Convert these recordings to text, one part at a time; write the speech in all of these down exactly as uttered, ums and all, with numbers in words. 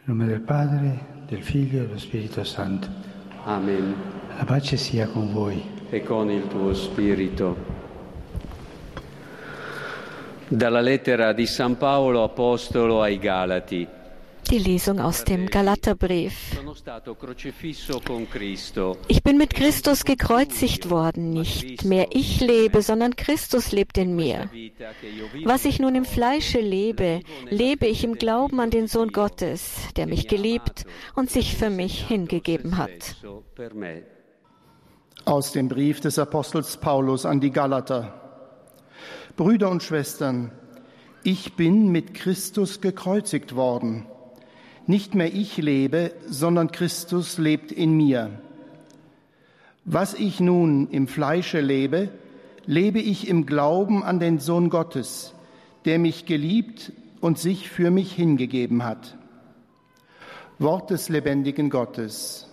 Nel nome del Padre, del Figlio e dello Spirito Santo. Amen. La pace sia con voi. E con il tuo spirito. Dalla lettera di San Paolo Apostolo ai Galati. Die Lesung aus dem Galaterbrief. Sono stato crocifisso con Cristo. Ich bin mit Christus gekreuzigt worden, nicht mehr ich lebe, sondern Christus lebt in mir. Was ich nun im Fleische lebe, lebe ich im Glauben an den Sohn Gottes, der mich geliebt und sich für mich hingegeben hat. Aus dem Brief des Apostels Paulus an die Galater. Brüder und Schwestern, ich bin mit Christus gekreuzigt worden. Nicht mehr ich lebe, sondern Christus lebt in mir. Was ich nun im Fleische lebe, lebe ich im Glauben an den Sohn Gottes, der mich geliebt und sich für mich hingegeben hat. Wort des lebendigen Gottes.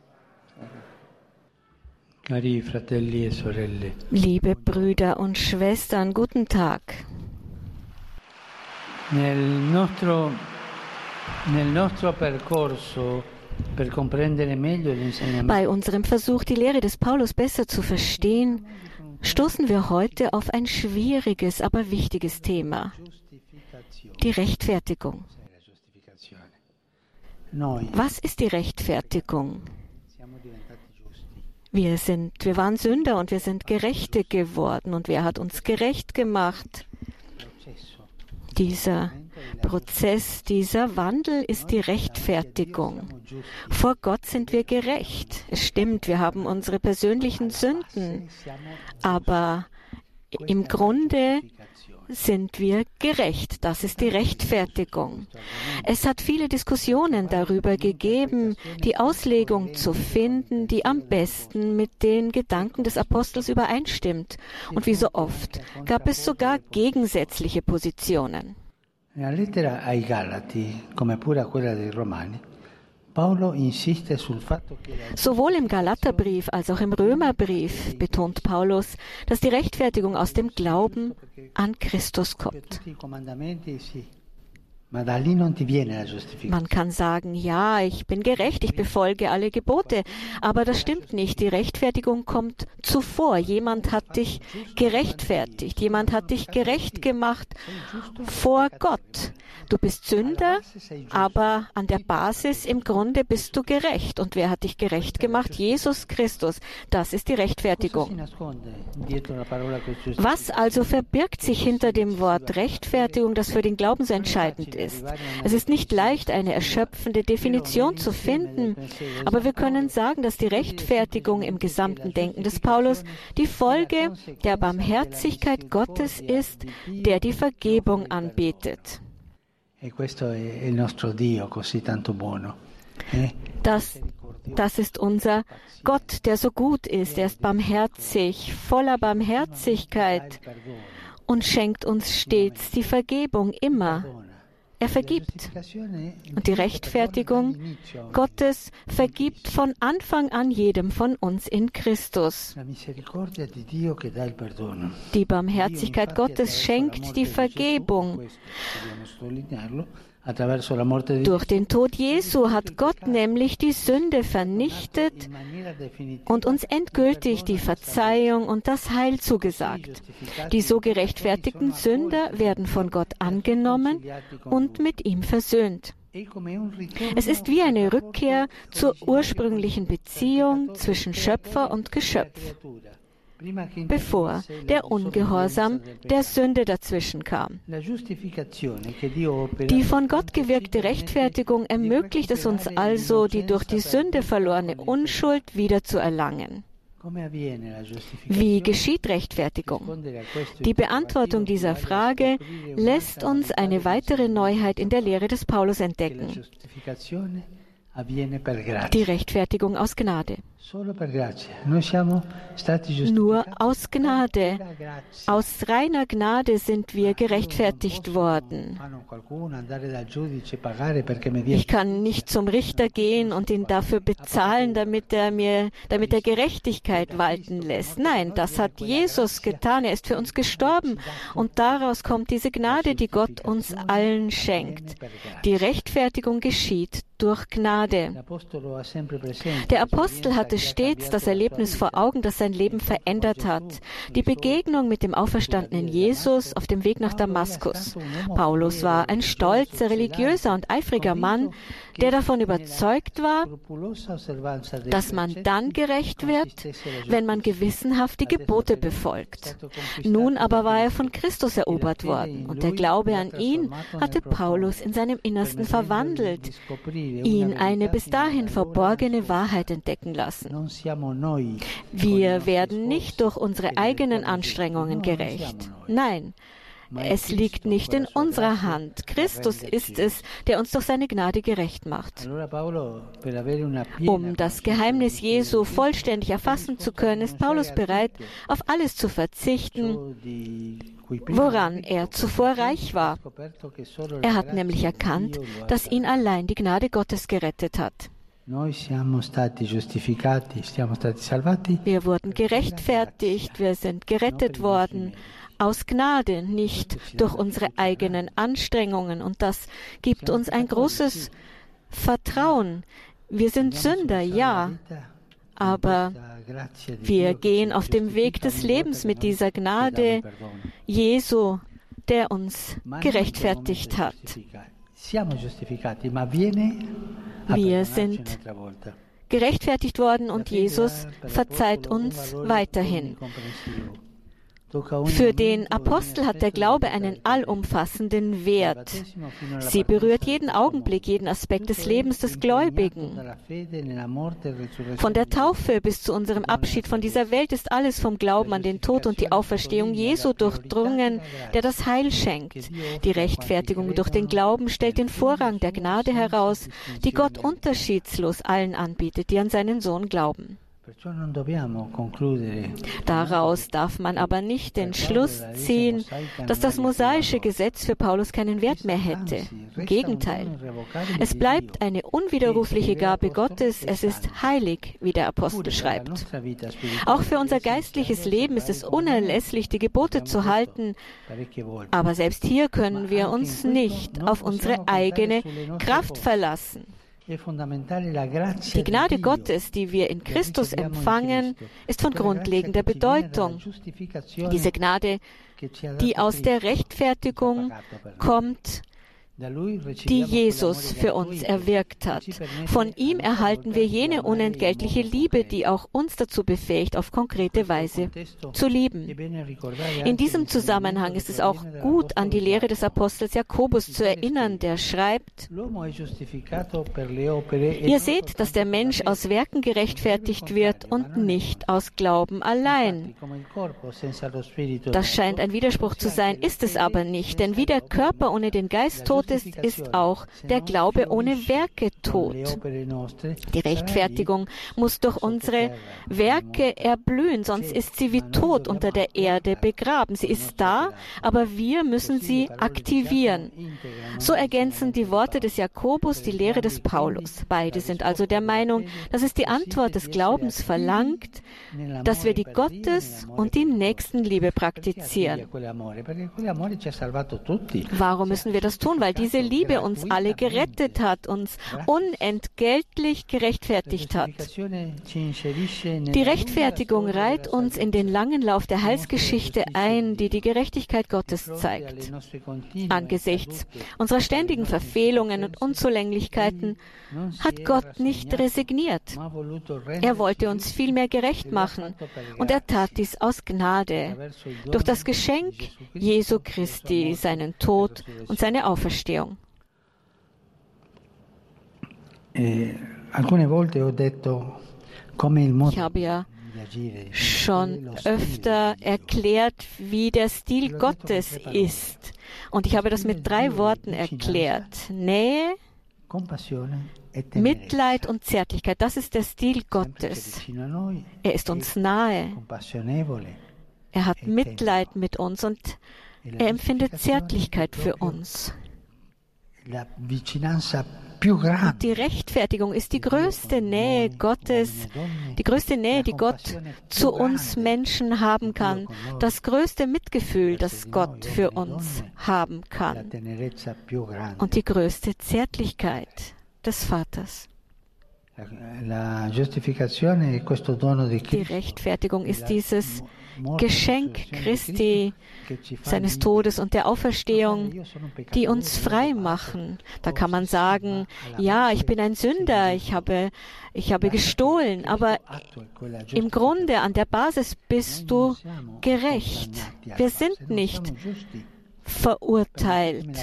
Cari fratelli e sorelle. Liebe Brüder und Schwestern, guten Tag. Nel nostro Nel nostro percorso per comprendere meglio l'insegnamento. Bei unserem Versuch, die Lehre des Paulus besser zu verstehen, stoßen wir heute auf ein schwieriges, aber wichtiges Thema: die Rechtfertigung. Was ist die Rechtfertigung? Wir sind, wir waren Sünder und wir sind Gerechte geworden. Und wer hat uns gerecht gemacht? Dieser Prozess, dieser Wandel ist die Rechtfertigung. Vor Gott sind wir gerecht. Es stimmt, wir haben unsere persönlichen Sünden, aber im Grunde sind wir gerecht. Das ist die Rechtfertigung. Es hat viele Diskussionen darüber gegeben, die Auslegung zu finden, die am besten mit den Gedanken des Apostels übereinstimmt. Und wie so oft gab es sogar gegensätzliche Positionen. Nella lettera ai Galati, come pure a quella dei Romani, Paolo insiste sul fatto che Sowohl im Galaterbrief als auch im Römerbrief betont Paulus, dass die Rechtfertigung aus dem Glauben an Christus kommt. Man kann sagen, ja, ich bin gerecht, ich befolge alle Gebote, aber das stimmt nicht. Die Rechtfertigung kommt zuvor. Jemand hat dich gerechtfertigt, jemand hat dich gerecht gemacht vor Gott. Du bist Sünder, aber an der Basis im Grunde bist du gerecht. Und wer hat dich gerecht gemacht? Jesus Christus. Das ist die Rechtfertigung. Was also verbirgt sich hinter dem Wort Rechtfertigung, das für den Glauben so entscheidend ist? Es ist nicht leicht, eine erschöpfende Definition zu finden, aber wir können sagen, dass die Rechtfertigung im gesamten Denken des Paulus die Folge der Barmherzigkeit Gottes ist, der die Vergebung anbetet. Das, das ist unser Gott, der so gut ist. Er ist barmherzig, voller Barmherzigkeit und schenkt uns stets die Vergebung, immer. Er vergibt. Und die Rechtfertigung Gottes vergibt von Anfang an jedem von uns in Christus. Die Barmherzigkeit Gottes schenkt die Vergebung. Durch den Tod Jesu hat Gott nämlich die Sünde vernichtet und uns endgültig die Verzeihung und das Heil zugesagt. Die so gerechtfertigten Sünder werden von Gott angenommen und mit ihm versöhnt. Es ist wie eine Rückkehr zur ursprünglichen Beziehung zwischen Schöpfer und Geschöpf, bevor der Ungehorsam der Sünde dazwischen kam. Die von Gott gewirkte Rechtfertigung ermöglicht es uns also, die durch die Sünde verlorene Unschuld wiederzuerlangen. Wie geschieht Rechtfertigung? Die Beantwortung dieser Frage lässt uns eine weitere Neuheit in der Lehre des Paulus entdecken: die Rechtfertigung aus Gnade. Nur aus Gnade, aus reiner Gnade sind wir gerechtfertigt worden. Ich kann nicht zum Richter gehen und ihn dafür bezahlen, damit er mir, damit er Gerechtigkeit walten lässt. Nein, das hat Jesus getan. Er ist für uns gestorben. Und daraus kommt diese Gnade, die Gott uns allen schenkt. Die Rechtfertigung geschieht durch Gnade. Der Apostel hatte stets das Erlebnis vor Augen, das sein Leben verändert hat. Die Begegnung mit dem auferstandenen Jesus auf dem Weg nach Damaskus. Paulus war ein stolzer, religiöser und eifriger Mann, der davon überzeugt war, dass man dann gerecht wird, wenn man gewissenhaft die Gebote befolgt. Nun aber war er von Christus erobert worden und der Glaube an ihn hatte Paulus in seinem Innersten verwandelt, ihn eine bis dahin verborgene Wahrheit entdecken lassen. Wir werden nicht durch unsere eigenen Anstrengungen gerecht. Nein, es liegt nicht in unserer Hand. Christus ist es, der uns durch seine Gnade gerecht macht. Um das Geheimnis Jesu vollständig erfassen zu können, ist Paulus bereit, auf alles zu verzichten, woran er zuvor reich war. Er hat nämlich erkannt, dass ihn allein die Gnade Gottes gerettet hat. Wir wurden gerechtfertigt, wir sind gerettet worden. Aus Gnade, nicht durch unsere eigenen Anstrengungen. Und das gibt uns ein großes Vertrauen. Wir sind Sünder, ja, aber wir gehen auf dem Weg des Lebens mit dieser Gnade Jesu, der uns gerechtfertigt hat. Wir sind gerechtfertigt worden und Jesus verzeiht uns weiterhin. Für den Apostel hat der Glaube einen allumfassenden Wert. Sie berührt jeden Augenblick, jeden Aspekt des Lebens des Gläubigen. Von der Taufe bis zu unserem Abschied von dieser Welt ist alles vom Glauben an den Tod und die Auferstehung Jesu durchdrungen, der das Heil schenkt. Die Rechtfertigung durch den Glauben stellt den Vorrang der Gnade heraus, die Gott unterschiedslos allen anbietet, die an seinen Sohn glauben. Daraus darf man aber nicht den Schluss ziehen, dass das mosaische Gesetz für Paulus keinen Wert mehr hätte. Im Gegenteil. Es bleibt eine unwiderrufliche Gabe Gottes. Es ist heilig, wie der Apostel schreibt. Auch für unser geistliches Leben ist es unerlässlich, die Gebote zu halten. Aber selbst hier können wir uns nicht auf unsere eigene Kraft verlassen. Die Gnade Gottes, die wir in Christus empfangen, ist von grundlegender Bedeutung. Diese Gnade, die aus der Rechtfertigung kommt, die Jesus für uns erwirkt hat. Von ihm erhalten wir jene unentgeltliche Liebe, die auch uns dazu befähigt, auf konkrete Weise zu lieben. In diesem Zusammenhang ist es auch gut, an die Lehre des Apostels Jakobus zu erinnern, der schreibt: Ihr seht, dass der Mensch aus Werken gerechtfertigt wird und nicht aus Glauben allein. Das scheint ein Widerspruch zu sein, ist es aber nicht, denn wie der Körper ohne den Geist tot ist, ist auch der Glaube ohne Werke tot. Die Rechtfertigung muss durch unsere Werke erblühen, sonst ist sie wie tot unter der Erde begraben. Sie ist da, aber wir müssen sie aktivieren. So ergänzen die Worte des Jakobus die Lehre des Paulus. Beide sind also der Meinung, dass es die Antwort des Glaubens verlangt, dass wir die Gottes- und die Nächstenliebe praktizieren. Warum müssen wir das tun? Weil diese Liebe uns alle gerettet hat, uns unentgeltlich gerechtfertigt hat. Die Rechtfertigung reiht uns in den langen Lauf der Heilsgeschichte ein, die die Gerechtigkeit Gottes zeigt. Angesichts unserer ständigen Verfehlungen und Unzulänglichkeiten hat Gott nicht resigniert. Er wollte uns vielmehr gerecht machen und er tat dies aus Gnade, durch das Geschenk Jesu Christi, seinen Tod und seine Auferstehung. Ich habe ja schon öfter erklärt, wie der Stil Gottes ist. Und ich habe das mit drei Worten erklärt. Nähe, Mitleid und Zärtlichkeit, das ist der Stil Gottes. Er ist uns nahe. Er hat Mitleid mit uns und er empfindet Zärtlichkeit für uns. Und die Rechtfertigung ist die größte Nähe Gottes, die größte Nähe, die Gott zu uns Menschen haben kann, das größte Mitgefühl, das Gott für uns haben kann und die größte Zärtlichkeit des Vaters. Die Rechtfertigung ist dieses Geschenk Christi, seines Todes und der Auferstehung, die uns frei machen. Da kann man sagen, ja, ich bin ein Sünder, ich habe, ich habe gestohlen, aber im Grunde, an der Basis bist du gerecht. Wir sind nicht verurteilt.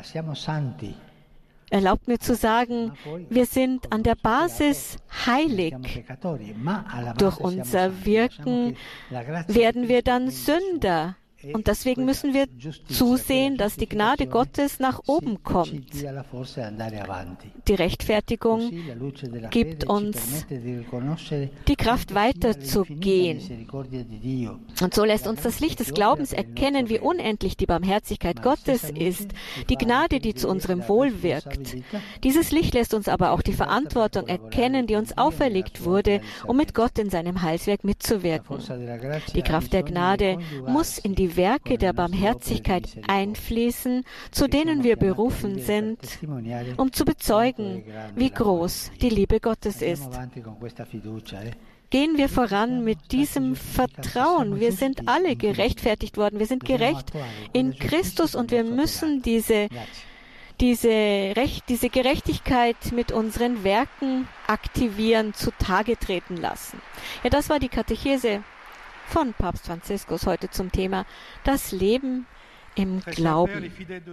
Erlaubt mir zu sagen, wir sind an der Basis heilig. Durch unser Wirken werden wir dann Sünder. Und deswegen müssen wir zusehen, dass die Gnade Gottes nach oben kommt. Die Rechtfertigung gibt uns die Kraft weiterzugehen. Und so lässt uns das Licht des Glaubens erkennen, wie unendlich die Barmherzigkeit Gottes ist, die Gnade, die zu unserem Wohl wirkt. Dieses Licht lässt uns aber auch die Verantwortung erkennen, die uns auferlegt wurde, um mit Gott in seinem Heilswerk mitzuwirken. Die Kraft der Gnade muss in die Werke der Barmherzigkeit einfließen, zu denen wir berufen sind, um zu bezeugen, wie groß die Liebe Gottes ist. Gehen wir voran mit diesem Vertrauen. Wir sind alle gerechtfertigt worden. Wir sind gerecht in Christus und wir müssen diese, diese, Recht, diese Gerechtigkeit mit unseren Werken aktivieren, zutage treten lassen. Ja, das war die Katechese von Papst Franziskus heute zum Thema das Leben im Glauben.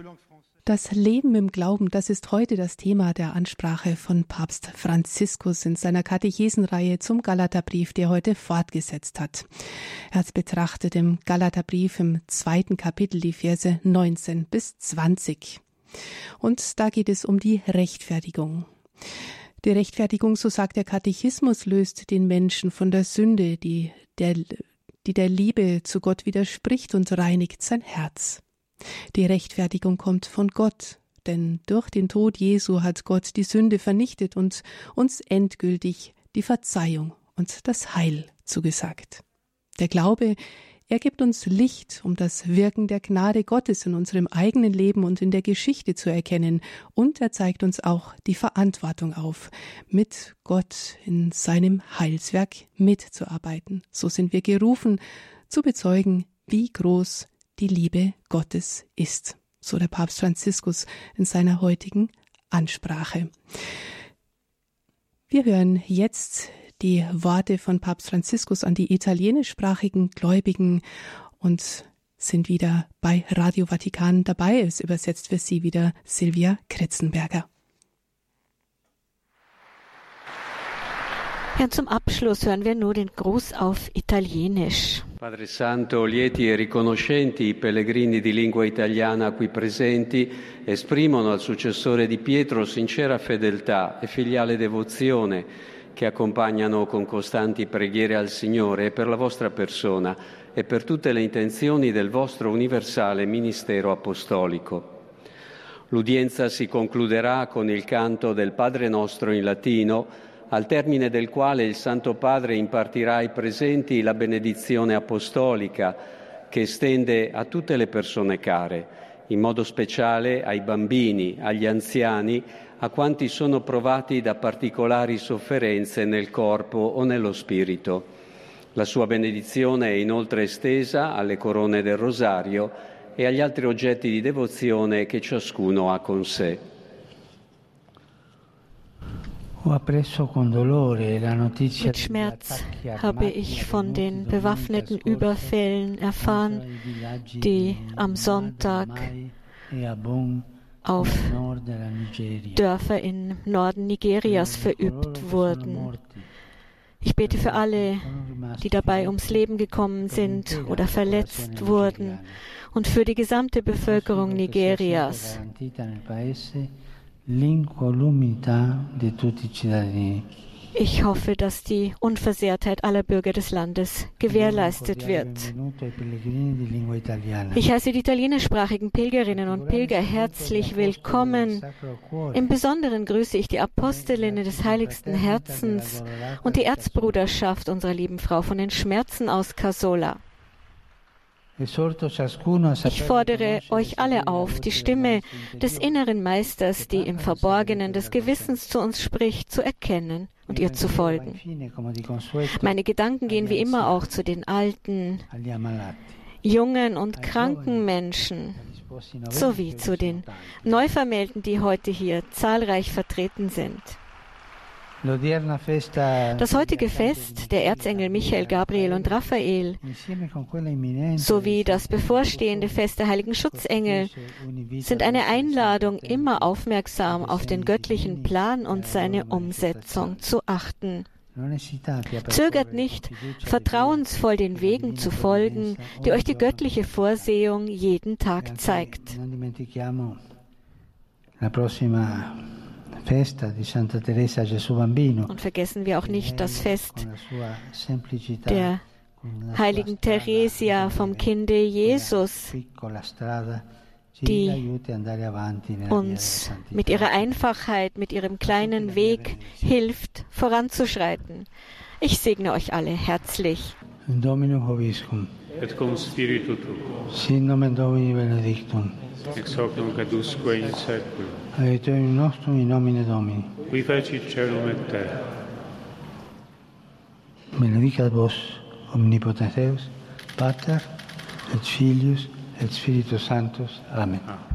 Das Leben im Glauben, das ist heute das Thema der Ansprache von Papst Franziskus in seiner Katechesenreihe zum Galaterbrief, der heute fortgesetzt hat. Er hat betrachtet im Galaterbrief im zweiten Kapitel die Verse neunzehn bis zwanzig. Und da geht es um die Rechtfertigung. Die Rechtfertigung, so sagt der Katechismus, löst den Menschen von der Sünde, die der die der Liebe zu Gott widerspricht und reinigt sein Herz. Die Rechtfertigung kommt von Gott, denn durch den Tod Jesu hat Gott die Sünde vernichtet und uns endgültig die Verzeihung und das Heil zugesagt. Der Glaube, er gibt uns Licht, um das Wirken der Gnade Gottes in unserem eigenen Leben und in der Geschichte zu erkennen, und er zeigt uns auch die Verantwortung auf, mit Gott in seinem Heilswerk mitzuarbeiten. So sind wir gerufen, zu bezeugen, wie groß die Liebe Gottes ist. So der Papst Franziskus in seiner heutigen Ansprache. Wir hören jetzt die Worte von Papst Franziskus an die italienischsprachigen Gläubigen und sind wieder bei Radio Vatikan dabei. Es übersetzt für Sie wieder Silvia Kretzenberger. Ja, zum Abschluss hören wir nur den Gruß auf Italienisch. Padre Santo, lieti e riconoscenti i pellegrini di lingua italiana qui presenti esprimono al successore di Pietro sincera fedeltà e filiale devozione che accompagnano con costanti preghiere al Signore per la vostra persona e per tutte le intenzioni del vostro universale ministero apostolico. L'udienza si concluderà con il canto del Padre Nostro in latino, al termine del quale il Santo Padre impartirà ai presenti la benedizione apostolica che estende a tutte le persone care, in modo speciale ai bambini, agli anziani, a quanti sono provati da particolari sofferenze nel corpo o nello spirito. La sua benedizione è inoltre estesa alle corone del rosario e agli altri oggetti di devozione che ciascuno ha con sé. Mit Schmerz habe ich von den bewaffneten Überfällen erfahren, die am Sonntag auf Dörfer im Norden Nigerias verübt wurden. Ich bete für alle, die dabei ums Leben gekommen sind oder verletzt wurden, und für die gesamte Bevölkerung Nigerias, l'incolumità di tutti i cittadini. Ich hoffe, dass die Unversehrtheit aller Bürger des Landes gewährleistet wird. Ich heiße die italienischsprachigen Pilgerinnen und Pilger herzlich willkommen. Im Besonderen grüße ich die Apostelinnen des Heiligsten Herzens und die Erzbruderschaft unserer lieben Frau von den Schmerzen aus Casola. Ich fordere euch alle auf, die Stimme des inneren Meisters, die im Verborgenen des Gewissens zu uns spricht, zu erkennen und ihr zu folgen. Meine Gedanken gehen wie immer auch zu den alten, jungen und kranken Menschen, sowie zu den Neuvermählten, die heute hier zahlreich vertreten sind. Das heutige Fest der Erzengel Michael, Gabriel und Raphael sowie das bevorstehende Fest der heiligen Schutzengel sind eine Einladung, immer aufmerksam auf den göttlichen Plan und seine Umsetzung zu achten. Zögert nicht, vertrauensvoll den Wegen zu folgen, die euch die göttliche Vorsehung jeden Tag zeigt. Und vergessen wir auch nicht das Fest der heiligen Theresia vom Kinde Jesus, die uns mit ihrer Einfachheit, mit ihrem kleinen Weg hilft, voranzuschreiten. Ich segne euch alle herzlich. Dominum vobiscum. Et cum spiritu tuo. Sit nomen Domini benedictum. Ex hoc nunc et usque in saeculum. Aiutorium nostrum in nomine Domini. Qui fecit caelum et terra. Benedicat vos omnipotens Deus, Pater et Filius et Spiritus Sanctus. Amen. Amen.